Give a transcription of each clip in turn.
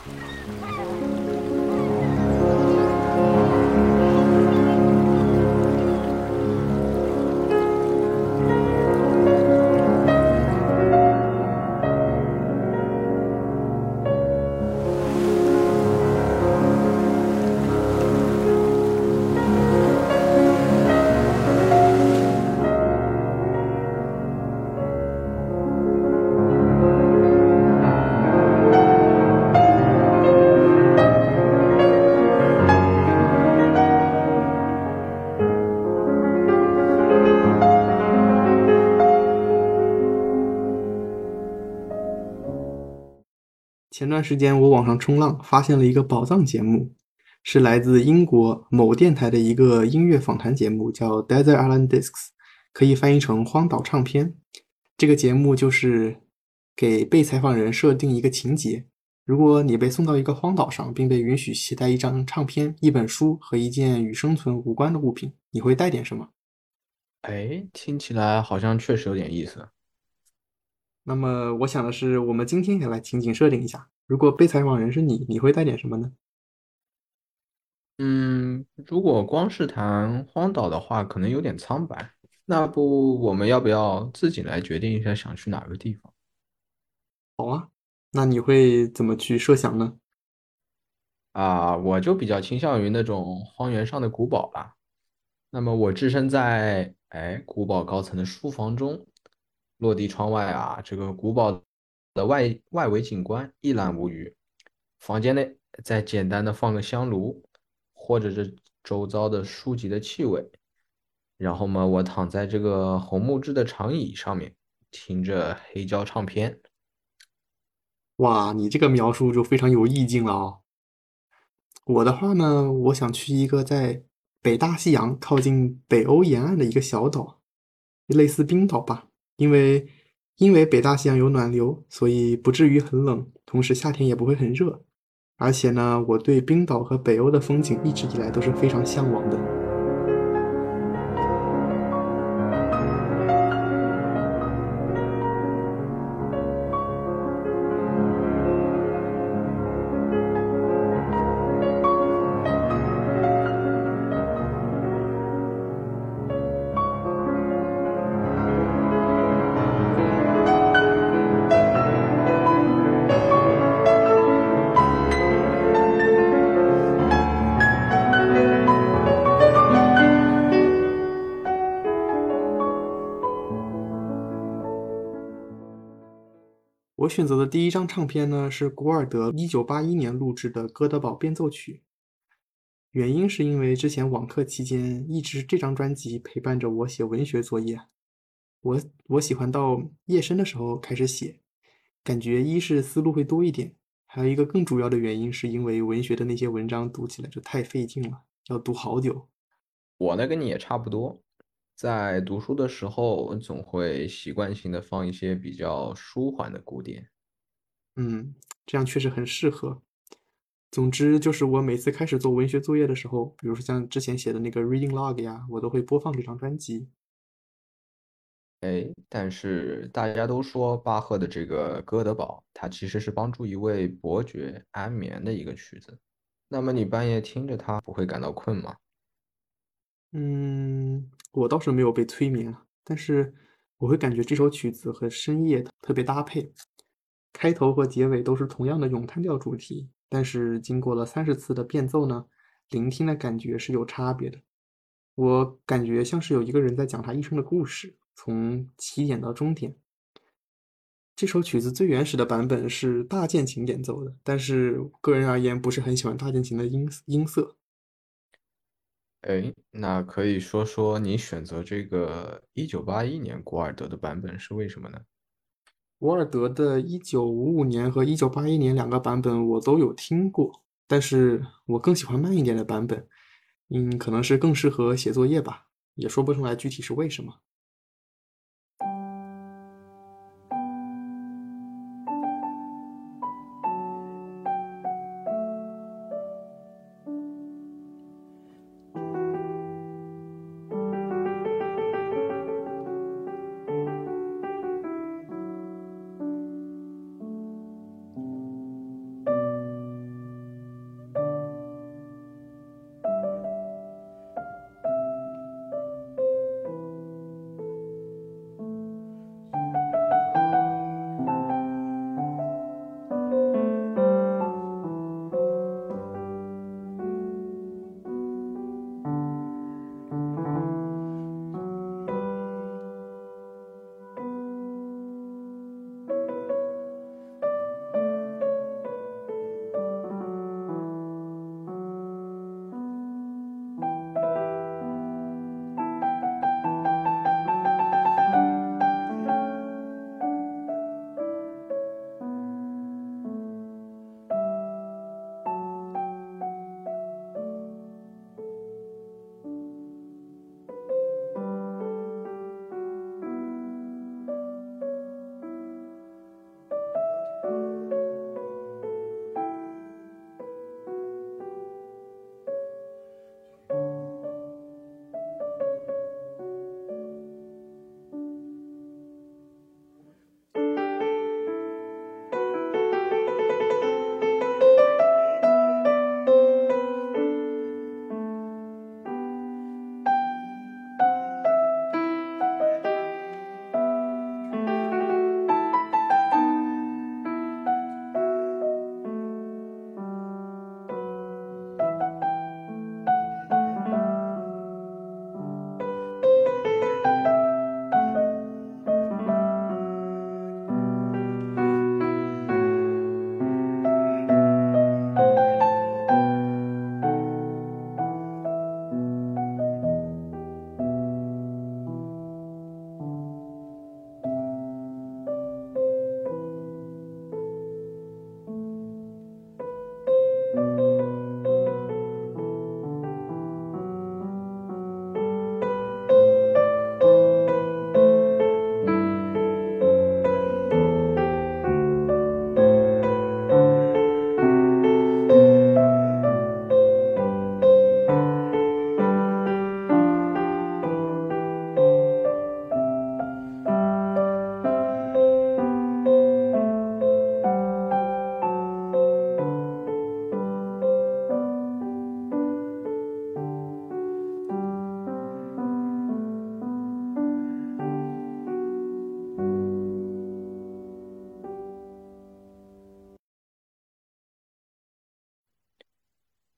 前段时间我网上冲浪，发现了一个宝藏节目，是来自英国某电台的一个音乐访谈节目，叫《Desert Island Discs》，可以翻译成“荒岛唱片”。这个节目就是给被采访人设定一个情节：如果你被送到一个荒岛上，并被允许携带一张唱片、一本书和一件与生存无关的物品，你会带点什么？ 哎，听起来好像确实有点意思。 那么我想的是，我们今天也来情景设定一下：如果被采访人是你，你会带点什么呢？ 嗯，如果光是谈荒岛的话，可能有点苍白。那不，我们要不要自己来决定一下想去哪个地方那你会怎么去设想呢？ 啊？我就比较倾向于那种荒原上的古堡吧。那么我置身在古堡高层的书房中，落地窗外啊，这个古堡的外围景观一览无余。房间内再简单的放个香炉，或者是周遭的书籍的气味。然后嘛，我躺在这个红木质的长椅上面，听着黑胶唱片。 哇，你这个描述就非常有意境了哦。我的话呢，我想去一个在北大西洋靠近北欧沿岸的一个小岛，类似冰岛吧。因为北大西洋有暖流，所以不至于很冷，同时夏天也不会很热。而且呢，我对冰岛和北欧的风景一直以来都是非常向往的。我选择的第一张唱片呢是古尔德1981年录制的《哥德堡变奏曲》，原因是因为之前网课期间一直这张专辑陪伴着我写文学作业。我喜欢到夜深的时候开始写，感觉一是思路会多一点，还有一个更主要的原因是因为文学的那些文章读起来就太费劲了，要读好久。 我呢跟你也差不多，在读书的时候总会习惯性的放一些比较舒缓的古典。 嗯，这样确实很适合。总之就是我每次开始做文学作业的时候，比如说像之前写的那个 reading log 呀，我都会播放这张专辑。 哎，但是大家都说巴赫的这个《哥德堡》，它其实是帮助一位伯爵安眠的一个曲子。那么你半夜听着它，不会感到困吗？ 我倒是没有被催眠啊，但是我会感觉这首曲子和深夜特别搭配，开头和结尾都是同样的咏叹调主题，但是经过了30次的变奏呢，聆听的感觉是有差别的。我感觉像是有一个人在讲他一生的故事，从起点到终点。这首曲子最原始的版本是大键琴演奏的，但是个人而言不是很喜欢大键琴的音色。 哎，那可以说说你选择这个1981年古尔德的版本是为什么呢？ 沃尔德的1955年和1981年两个版本我都有听过，但是我更喜欢慢一点的版本，可能是更适合写作业吧，也说不上来具体是为什么。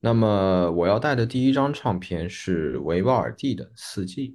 那么我要带的第一张唱片是维瓦尔第的《四季》。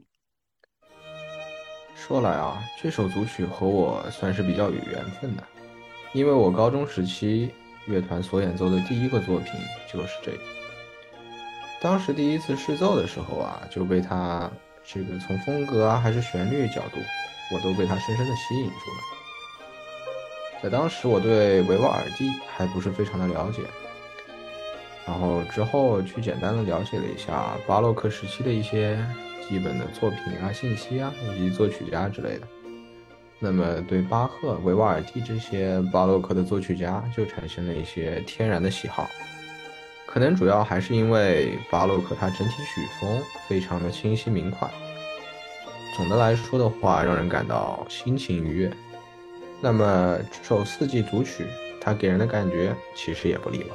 说来啊，这首组曲和我算是比较有缘分的，因为我高中时期乐团所演奏的第一个作品就是这个。当时第一次试奏的时候啊，就被它这个从风格啊还是旋律角度，我都被它深深的吸引住了。在当时我对维瓦尔第还不是非常的了解，然后之后去简单的了解了一下巴洛克时期的一些基本的作品啊、信息啊，以及作曲家之类的。那么对巴赫、维瓦尔第这些巴洛克的作曲家就产生了一些天然的喜好，可能主要还是因为巴洛克它整体曲风非常的清晰明快，总的来说的话，让人感到心情愉悦。那么这首四季组曲，它给人的感觉其实也不例外。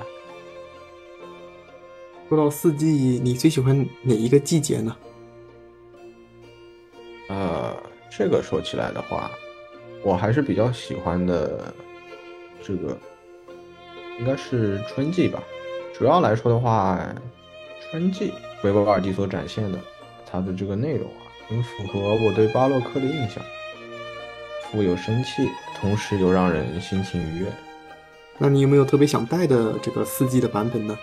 说到四季，你最喜欢哪一个季节呢？ 呃，这个说起来的话，我还是比较喜欢的，这个应该是春季吧。主要来说的话，春季维吾尔第所展现的它的这个内容啊，很符合我对巴洛克的印象，富有生气，同时又让人心情愉悦。 那你有没有特别想带的这个四季的版本呢？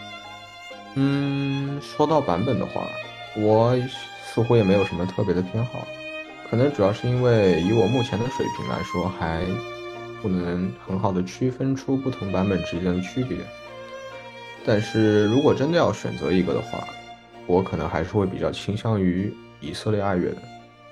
说到版本的话，我似乎也没有什么特别的偏好，可能主要是因为以我目前的水平来说，还不能很好的区分出不同版本之间的区别。但是如果真的要选择一个的话，我可能还是会比较倾向于以色列爱乐的。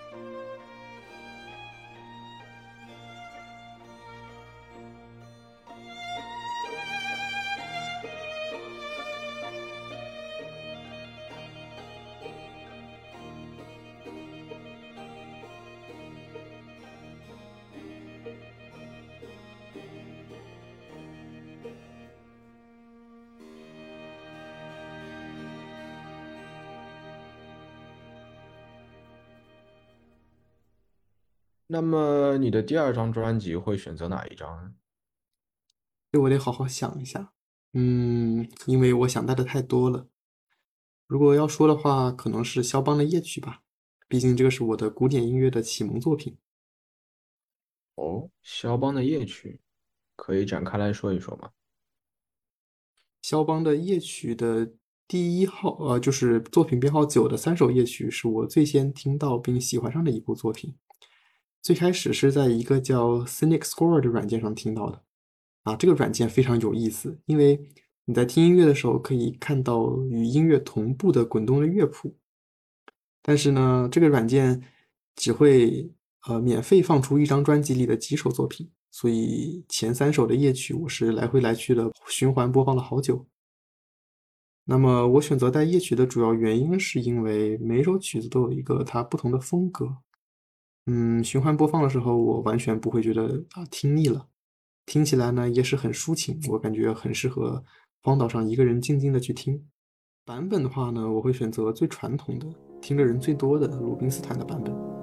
那么你的第二张专辑会选择哪一张呢？ 这我得好好想一下。因为我想带的太多了。如果要说的话，可能是肖邦的夜曲吧，毕竟这个是我的古典音乐的启蒙作品。 哦，肖邦的夜曲，可以展开来说一说吗？ 肖邦的夜曲的第一号，就是作品编号9的3首夜曲，是我最先听到并喜欢上的一部作品。最开始是在一个叫 Cynic Score 的软件上听到的。这个软件非常有意思，因为你在听音乐的时候可以看到与音乐同步的滚动的乐谱，但是呢，这个软件只会免费放出一张专辑里的几首作品，所以前3首的夜曲我是来回来去的循环播放了好久。那么我选择带夜曲的主要原因是因为每一首曲子都有一个它不同的风格。循环播放的时候，我完全不会觉得听腻了，听起来呢也是很抒情，我感觉很适合荒岛上一个人静静的去听。版本的话呢，我会选择最传统的，听的人最多的鲁宾斯坦的版本。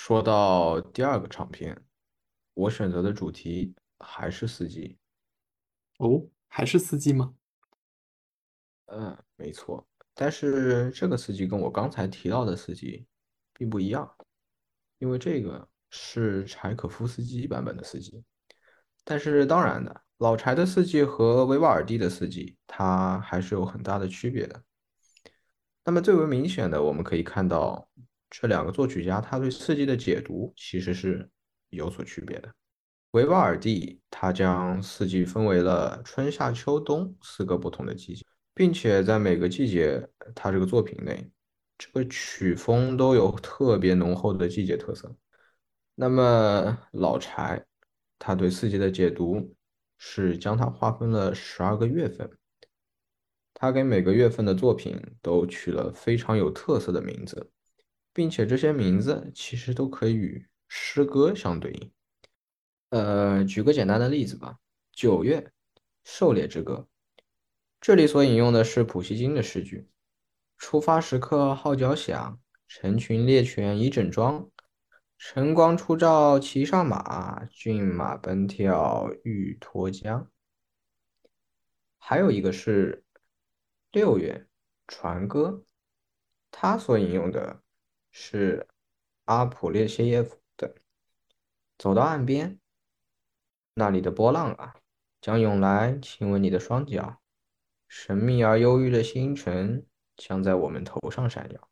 说到第二个长篇，我选择的主题还是四季。 哦，还是四季吗？ 嗯，没错。但是这个四季跟我刚才提到的四季并不一样，因为这个是柴可夫斯基版本的四季。但是当然的，老柴的四季和维瓦尔第的四季，它还是有很大的区别的。那么最为明显的，我们可以看到这两个作曲家他对四季的解读其实是有所区别的。维瓦尔第他将四季分为了春夏秋冬四个不同的季节，并且在每个季节，他这个作品内，这个曲风都有特别浓厚的季节特色。那么老柴他对四季的解读是将它划分了12个月份，他给每个月份的作品都取了非常有特色的名字，并且这些名字其实都可以与诗歌相对应。举个简单的例子吧，9月，狩猎之歌，这里所引用的是普希金的诗句：出发时刻号角响，成群猎犬一整装，晨光初照骑上马，骏马奔跳欲脱缰。还有一个是6月，船歌，他所引用的是阿普列谢耶夫的《走到岸边》，那里的波浪啊，将涌来亲吻你的双脚，神秘而忧郁的星辰将在我们头上闪耀。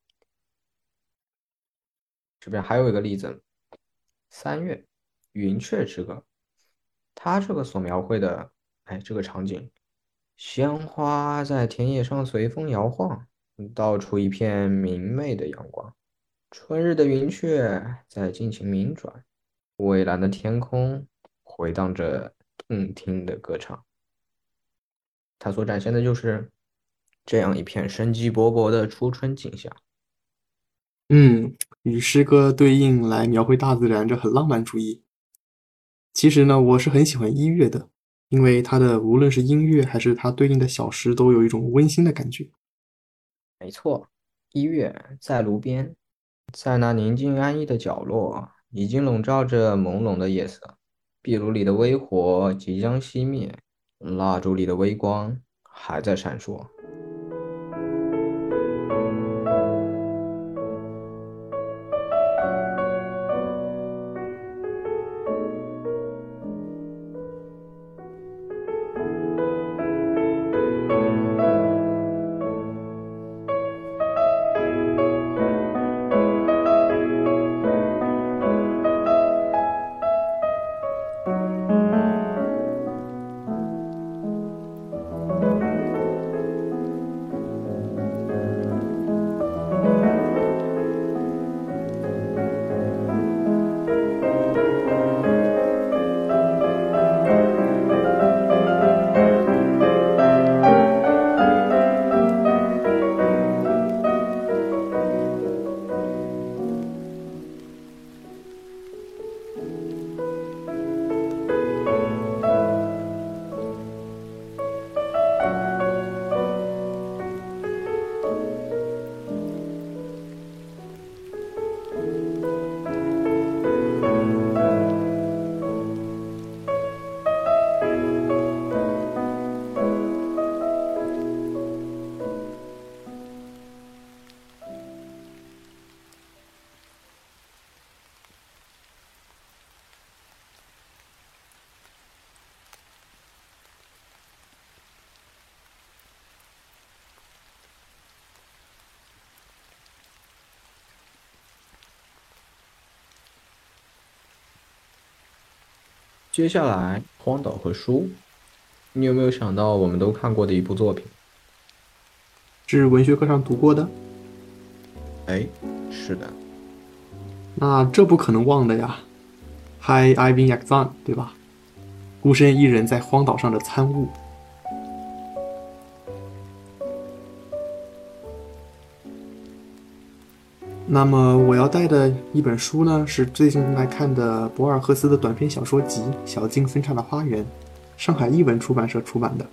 这边还有一个例子，3月，云雀之歌，它这个所描绘的，这个场景，鲜花在田野上随风摇晃，到处一片明媚的阳光，春日的云雀在尽情鸣转，蔚蓝的天空回荡着动听的歌唱。它所展现的就是这样一片生机勃勃的初春景象。 嗯，与诗歌对应来描绘大自然，这很浪漫主义。其实呢，我是很喜欢一月的，因为它的无论是音乐还是它对应的小诗，都有一种温馨的感觉。 没错，1月在炉边，在那宁静安逸的角落，已经笼罩着朦胧的夜色。壁炉里的微火即将熄灭，蜡烛里的微光还在闪烁。接下来，荒岛和书，你有没有想到我们都看过的一部作品？ 是文学课上读过的， 哎，是的， 那这不可能忘的呀。Hi Ivan Yakzan，对吧？孤身一人在荒岛上的参悟。那么我要带的一本书呢，是最近来看的博尔赫斯的短篇小说集《小径分岔的花园》，上海译文出版社出版的，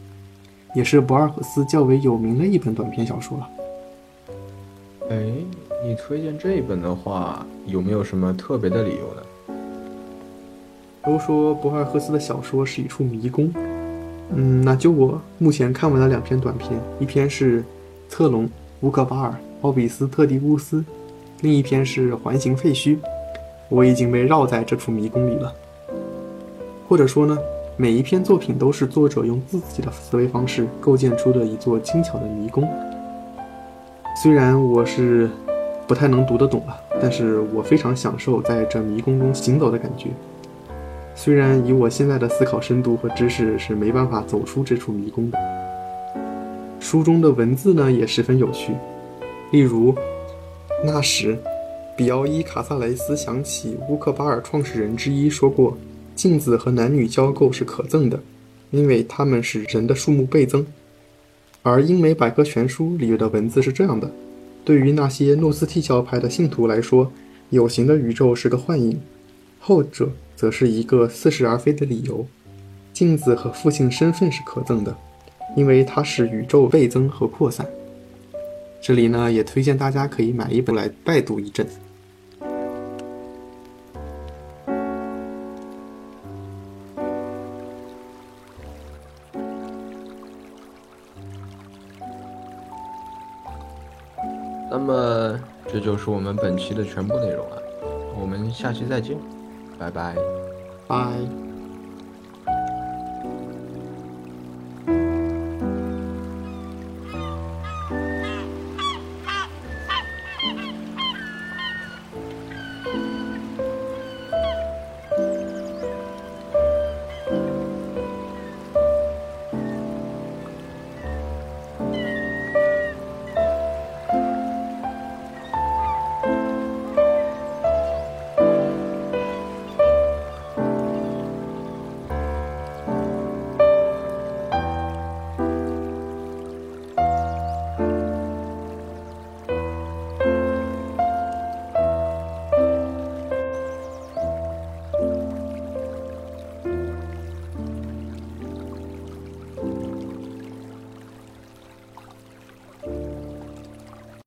也是博尔赫斯较为有名的一本短篇小说了。 哎， 你推荐这一本的话，有没有什么特别的理由呢？ 都说博尔赫斯的小说是一处迷宫，那就我目前看完的两篇短篇，一篇是特隆、乌克巴尔、奥比斯特蒂乌斯，另一篇是环形废墟。我已经被绕在这处迷宫里了。或者说呢，每一篇作品都是作者用自己的思维方式构建出的一座精巧的迷宫。虽然我是不太能读得懂了，但是我非常享受在这迷宫中行走的感觉。虽然以我现在的思考深度和知识是没办法走出这处迷宫的。书中的文字呢也十分有趣，例如那时比奥伊·卡萨雷斯想起乌克巴尔创始人之一说过，镜子和男女交媾是可憎的，因为它们使人的数目倍增。而英美百科全书里的文字是这样的：对于那些诺斯替教派的信徒来说，有形的宇宙是个幻影，后者则是一个似是而非的理由。镜子和父亲身份是可憎的，因为它使宇宙倍增和扩散。这里呢，也推荐大家可以买一本来拜读一阵。 那么这就是我们本期的全部内容了，我们下期再见，拜拜。 拜。